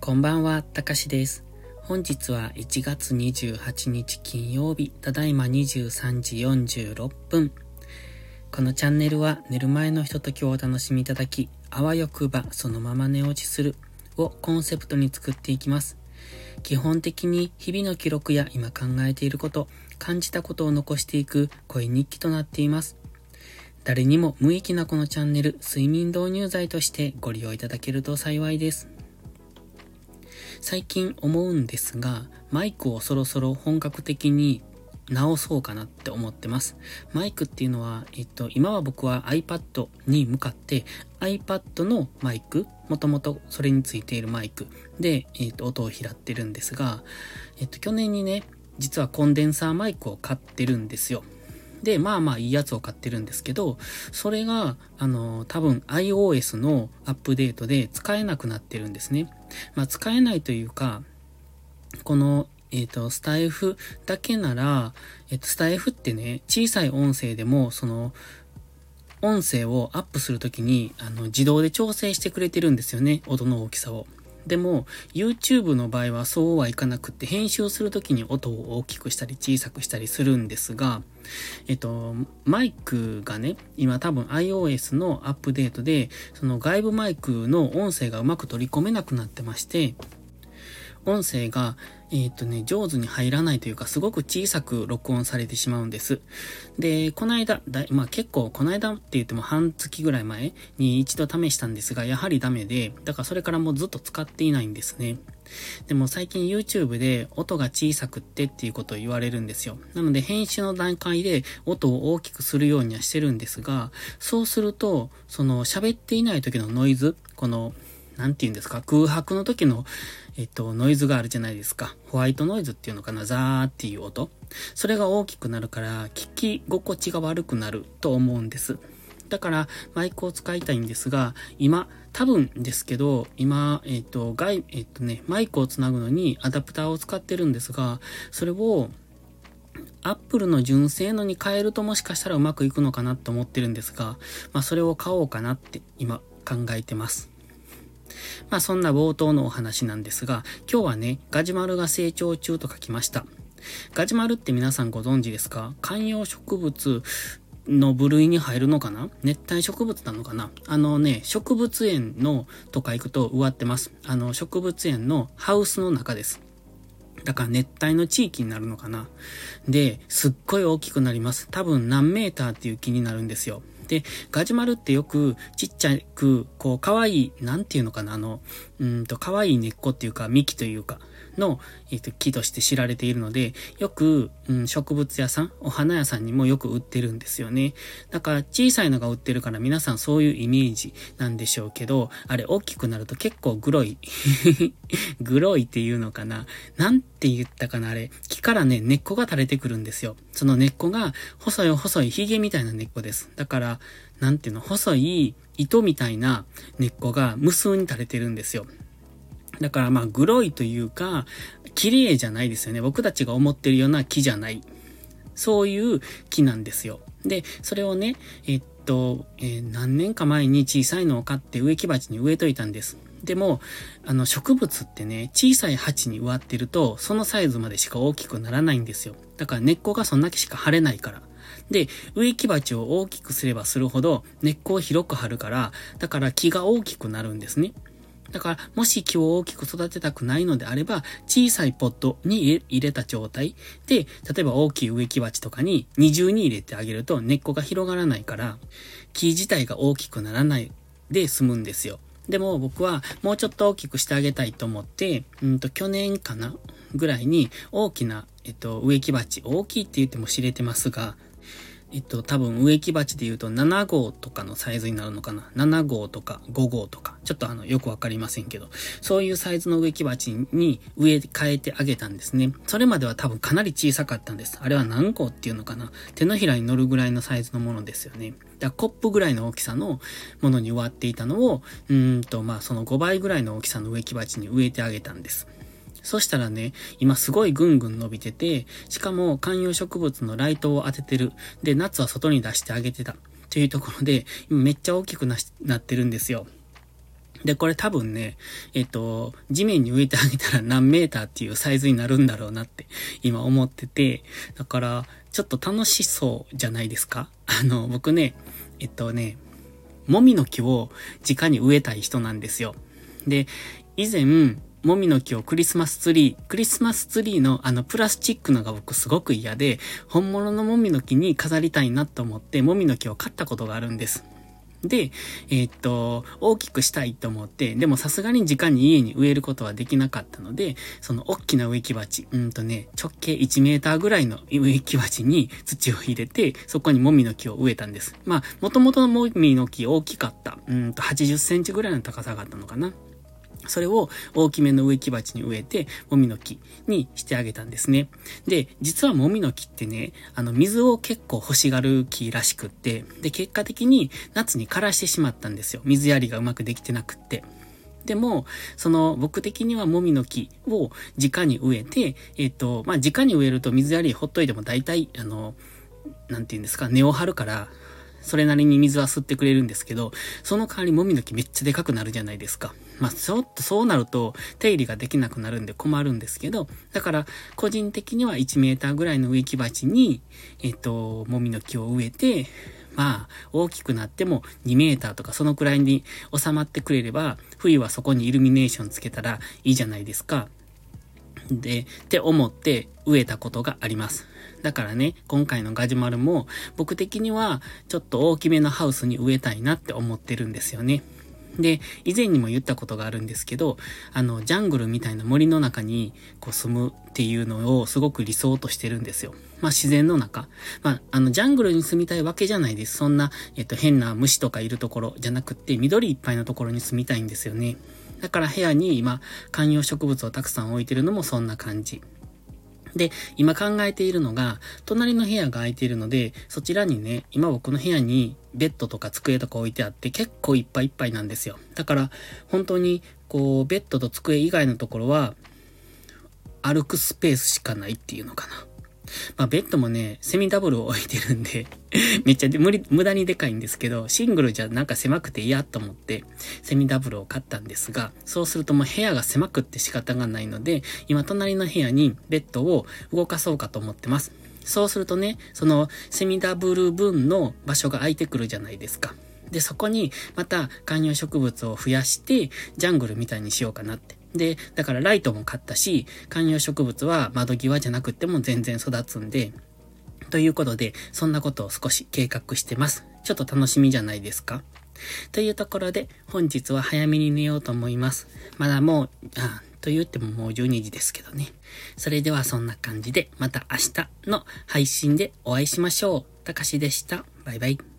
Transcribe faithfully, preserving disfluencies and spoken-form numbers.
こんばんは、たかしです。本日はいちがつにじゅうはちにち金曜日、ただいまにじゅうさんじよんじゅうろっぷん。このチャンネルは寝る前のひとときをお楽しみいただき、あわよくばそのまま寝落ちするをコンセプトに作っていきます。基本的に日々の記録や今考えていること、感じたことを残していく声日記となっています。誰にも無益なこのチャンネル、睡眠導入剤としてご利用いただけると幸いです。最近思うんですが、マイクをそろそろ本格的に直そうかなって思ってます。マイクっていうのは、えっと、今は僕は iPad に向かって iPad のマイク、もともとそれについているマイクで、えっと、音を拾ってるんですが、えっと、去年にね、実はコンデンサーマイクを買ってるんですよ。で、まあまあいいやつを買ってるんですけど、それが、あの、多分 iOS のアップデートで使えなくなってるんですね。まあ使えないというか、この、えっと、スタイフだけなら、えっと、スタイフってね、小さい音声でも、その、音声をアップするときに、あの、自動で調整してくれてるんですよね、音の大きさを。でも、YouTube の場合はそうはいかなくって、編集するときに音を大きくしたり小さくしたりするんですが、えっと、マイクがね、今多分 iOS のアップデートで、その外部マイクの音声がうまく取り込めなくなってまして、音声が、えっとね、上手に入らないというか、すごく小さく録音されてしまうんです。で、この間、だまあ結構、この間って言っても半月ぐらい前に一度試したんですが、やはりダメで、だからそれからもうずっと使っていないんですね。でも最近 YouTube で音が小さくってっていうことを言われるんですよ。なので編集の段階で音を大きくするようにはしてるんですが、そうすると、その喋っていない時のノイズ、この、なんて言うんですか、空白の時の、えっと、ノイズがあるじゃないですか。ホワイトノイズっていうのかな、ザーっていう音。それが大きくなるから、聞き心地が悪くなると思うんです。だから、マイクを使いたいんですが、今、多分ですけど、今、えっと、外、えっとね、マイクをつなぐのにアダプターを使ってるんですが、それを、アップルの純正のに変えるともしかしたらうまくいくのかなと思ってるんですが、まあ、それを買おうかなって今考えてます。まあそんな冒頭のお話なんですが、今日はね、ガジュマルが成長中と書きました。ガジュマルって皆さんご存知ですか？観葉植物の部類に入るのかな？熱帯植物なのかな？あのね、植物園のとか行くと植わってます。あの植物園のハウスの中です。だから熱帯の地域になるのかな。で、すっごい大きくなります。多分何メーターっていう気になるんですよ。で、ガジュマルってよくちっちゃく、こう、可愛い、なんていうのかな、あの、うんと、可愛い根っこっていうか、幹というか、の、えっと、木として知られているので、よく、うん、植物屋さん、お花屋さんにもよく売ってるんですよね。だから、小さいのが売ってるから皆さんそういうイメージなんでしょうけど、あれ、大きくなると結構グロい。グロいっていうのかな。なんて言ったかな、あれ。木からね、根っこが垂れてくるんですよ。その根っこが、細い細いヒゲみたいな根っこです。だから、なんていうの、細い糸みたいな根っこが無数に垂れてるんですよ。だからまあ、グロいというか、綺麗じゃないですよね。僕たちが思ってるような木じゃない。そういう木なんですよ。で、それをね、えっと、えー、何年か前に小さいのを買って植木鉢に植えといたんです。でも、あの植物ってね、小さい鉢に植わってると、そのサイズまでしか大きくならないんですよ。だから根っこがそんだけしか張れないから。で、植木鉢を大きくすればするほど根っこを広く張るから、だから木が大きくなるんですね。だから、もし木を大きく育てたくないのであれば、小さいポットに入れた状態で、例えば大きい植木鉢とかに二重に入れてあげると根っこが広がらないから、木自体が大きくならないで済むんですよ。でも僕はもうちょっと大きくしてあげたいと思って、うんと去年かなぐらいに大きな、えっと、植木鉢、大きいって言っても知れてますが、えっと、多分植木鉢で言うとななごうとかのサイズになるのかな。ななごうとかごごうとか。ちょっとあの、よくわかりませんけど。そういうサイズの植木鉢に植え替えてあげたんですね。それまでは多分かなり小さかったんです。あれは何個っていうのかな。手のひらに乗るぐらいのサイズのものですよね。だからコップぐらいの大きさのものに植わっていたのを、うーんと、まあそのごばいぐらいの大きさの植木鉢に植えてあげたんです。そしたらね、今すごいぐんぐん伸びてて、しかも観葉植物のライトを当ててる。で、夏は外に出してあげてた。というところで、今めっちゃ大きくなしなってるんですよ。 で、これ多分ね、えっと、地面に植えてあげたら何メーターっていうサイズになるんだろうなって今思ってて、だからちょっと楽しそうじゃないですか？あの、僕ね、えっとね、もみの木を直に植えたい人なんですよ。で、以前、もみの木をクリスマスツリー、クリスマスツリーのあのプラスチックのが僕すごく嫌で、本物のもみの木に飾りたいなと思ってもみの木を買ったことがあるんです。で、えー、っと、大きくしたいと思って、でもさすがに直に家に植えることはできなかったので、その大きな植木鉢、うんとね、直径いちメーターぐらいの植木鉢に土を入れて、そこにもみの木を植えたんです。まあ、元々のもみの木大きかった。うんとはちじゅっセンチぐらいの高さがあったのかな。それを大きめの植木鉢に植えて、もみの木にしてあげたんですね。で、実はもみの木ってね、あの、水を結構欲しがる木らしくって、で、結果的に夏に枯らしてしまったんですよ。水やりがうまくできてなくって。でも、その、僕的にはもみの木を直に植えて、えっと、まあ、直に植えると水やりほっといても大体、あの、なんて言うんですか、根を張るから、それなりに水は吸ってくれるんですけど、その代わりもみの木めっちゃでかくなるじゃないですか。まあ、ちょっとそうなると手入れができなくなるんで困るんですけど、だから個人的にはいちメーターぐらいの植木鉢に、えっと、もみの木を植えて、まあ、大きくなってもにメーターとかそのくらいに収まってくれれば、冬はそこにイルミネーションつけたらいいじゃないですか。で、って思って植えたことがあります。だからね、今回のガジュマルも僕的にはちょっと大きめのハウスに植えたいなって思ってるんですよね。で、以前にも言ったことがあるんですけど、あの、ジャングルみたいな森の中にこう住むっていうのをすごく理想としてるんですよ。まあ自然の中。まあ、あの、ジャングルに住みたいわけじゃないです。そんな、えっと、変な虫とかいるところじゃなくって、緑いっぱいのところに住みたいんですよね。だから部屋に今、観葉植物をたくさん置いてるのもそんな感じ。で、今考えているのが、隣の部屋が空いているので、そちらにね、今僕の部屋にベッドとか机とか置いてあって結構いっぱいいっぱいなんですよ。だから、本当に、こう、ベッドと机以外のところは、歩くスペースしかないっていうのかな。まあ、ベッドもね、セミダブルを置いてるんで、めっちゃ無理、無駄にでかいんですけど、シングルじゃなんか狭くて嫌と思って、セミダブルを買ったんですが、そうするともう部屋が狭くって仕方がないので、今隣の部屋にベッドを動かそうかと思ってます。そうするとね、そのセミダブル分の場所が空いてくるじゃないですか。で、そこにまた観葉植物を増やして、ジャングルみたいにしようかなって。で、だからライトも買ったし、観葉植物は窓際じゃなくても全然育つんで、ということで、そんなことを少し計画してます。ちょっと楽しみじゃないですか？というところで、本日は早めに寝ようと思います。まだもう、あ、と言ってももうじゅうにじですけどね。それではそんな感じで、また明日の配信でお会いしましょう。たかしでした。バイバイ。